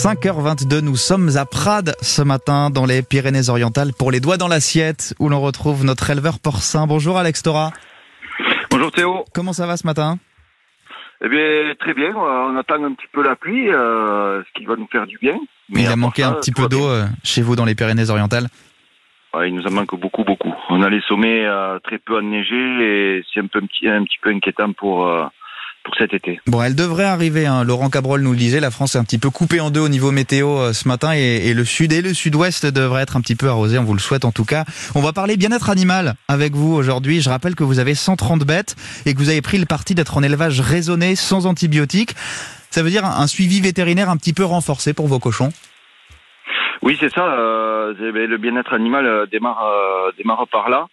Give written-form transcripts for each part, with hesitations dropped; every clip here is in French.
5h22, nous sommes à Prades ce matin dans les Pyrénées-Orientales pour les doigts dans l'assiette où l'on retrouve notre éleveur porcin. Bonjour Alex Thora. Bonjour Théo. Comment ça va ce matin ? Eh bien, très bien. On attend un petit peu la pluie, ce qui va nous faire du bien. Mais il a manqué un petit peu d'eau chez vous dans les Pyrénées-Orientales ? Ouais, il nous en manque beaucoup. On a les sommets très peu enneigés et c'est un petit peu inquiétant pour cet été. Bon, elle devrait arriver, hein. Laurent Cabrol nous le disait, la France est un petit peu coupée en deux au niveau météo ce matin et le sud et le sud-ouest devraient être un petit peu arrosés, on vous le souhaite en tout cas. On va parler bien-être animal avec vous aujourd'hui. Je rappelle que vous avez 130 bêtes et que vous avez pris le parti d'être en élevage raisonné, sans antibiotiques. Ça veut dire un suivi vétérinaire un petit peu renforcé pour vos cochons ? Oui, c'est ça. Le bien-être animal démarre par là.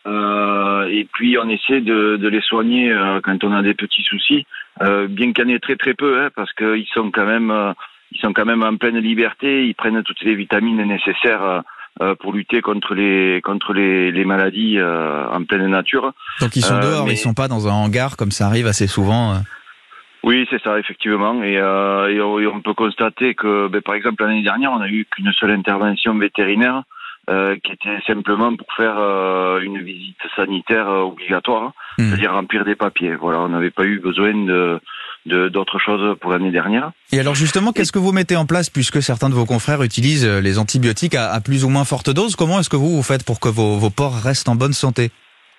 Et puis on essaie de les soigner quand on a des petits soucis, bien qu'il y en ait très peu, hein, parce qu'ils sont quand même en pleine liberté. Ils prennent toutes les vitamines nécessaires pour lutter contre les maladies en pleine nature. Donc ils sont dehors, ils sont pas dans un hangar comme ça arrive assez souvent. Oui, c'est ça, effectivement. Et on peut constater que, par exemple, l'année dernière, on n'a eu qu'une seule intervention vétérinaire qui était simplement pour faire une visite sanitaire obligatoire, c'est-à-dire remplir des papiers. Voilà, on n'avait pas eu besoin d'autre chose pour l'année dernière. Et alors justement, qu'est-ce que vous mettez en place puisque certains de vos confrères utilisent les antibiotiques à plus ou moins forte dose ? Comment est-ce que vous faites pour que vos porcs restent en bonne santé ?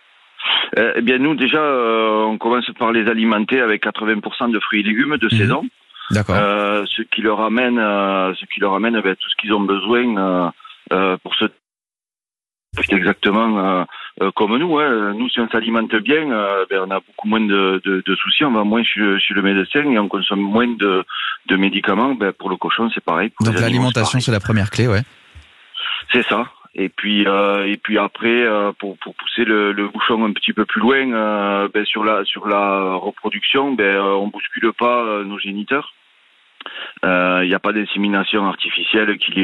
Eh bien, nous, déjà, on commence par les alimenter avec 80% de fruits et légumes de saison. D'accord. Ce qui leur amène tout ce qu'ils ont besoin pour se... C'est exactement comme nous. Hein. Nous, si on s'alimente bien, on a beaucoup moins de soucis. On va moins chez le médecin et on consomme moins de médicaments. Pour le cochon, c'est pareil. Donc l'alimentation, c'est la première clé, ouais. C'est ça. Et puis après, pour pousser le bouchon un petit peu plus loin, sur la reproduction, on bouscule pas nos géniteurs. Il n'y a pas d'insémination artificielle qui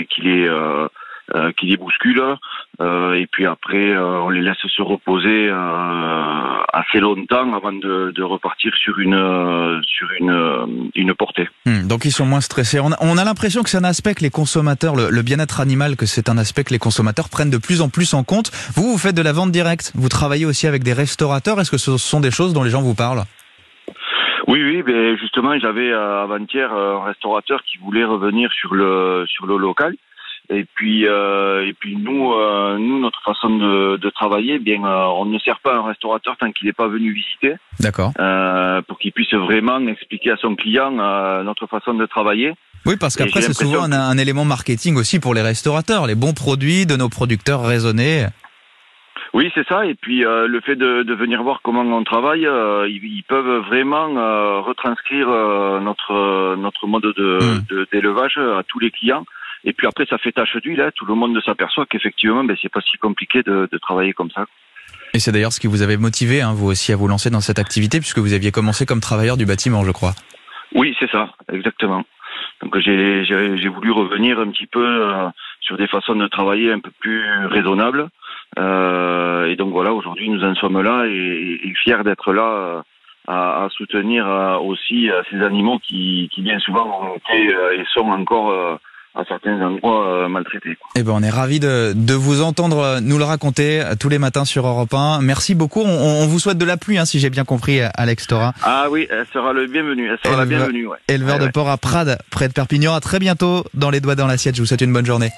les bouscule. Et puis après, on les laisse se reposer assez longtemps avant de repartir sur une portée. Donc ils sont moins stressés. On a l'impression que c'est un aspect que les consommateurs, le bien-être animal, que c'est un aspect que les consommateurs prennent de plus en plus en compte. Vous faites de la vente directe. Vous travaillez aussi avec des restaurateurs. Est-ce que ce sont des choses dont les gens vous parlent ? Oui, justement, j'avais avant-hier un restaurateur qui voulait revenir sur le local. Et puis nous, notre façon de travailler, on ne sert pas un restaurateur tant qu'il n'est pas venu visiter. D'accord. Pour qu'il puisse vraiment expliquer à son client notre façon de travailler. Oui, parce qu'après c'est souvent un élément marketing aussi pour les restaurateurs, les bons produits de nos producteurs raisonnés. Oui, c'est ça. Et puis le fait de venir voir comment on travaille, ils peuvent vraiment retranscrire notre mode d'élevage à tous les clients. Et puis après, ça fait tache d'huile. Tout le monde s'aperçoit qu'effectivement, c'est pas si compliqué de travailler comme ça. Et c'est d'ailleurs ce qui vous avait motivé, vous aussi, à vous lancer dans cette activité, puisque vous aviez commencé comme travailleur du bâtiment, je crois. Oui, c'est ça, exactement. Donc j'ai voulu revenir un petit peu sur des façons de travailler un peu plus raisonnables. Et donc voilà, aujourd'hui, nous en sommes là et fiers d'être là à soutenir aussi ces animaux qui bien souvent ont été et sont encore... à certains endroits maltraités. Eh ben, on est ravis de vous entendre nous le raconter tous les matins sur Europe 1. Merci beaucoup. On vous souhaite de la pluie, si j'ai bien compris, Alex Thora. Ah oui, elle sera la bienvenue. Ouais. Éleveur de porc à Prades, près de Perpignan. À très bientôt dans les doigts dans l'assiette. Je vous souhaite une bonne journée.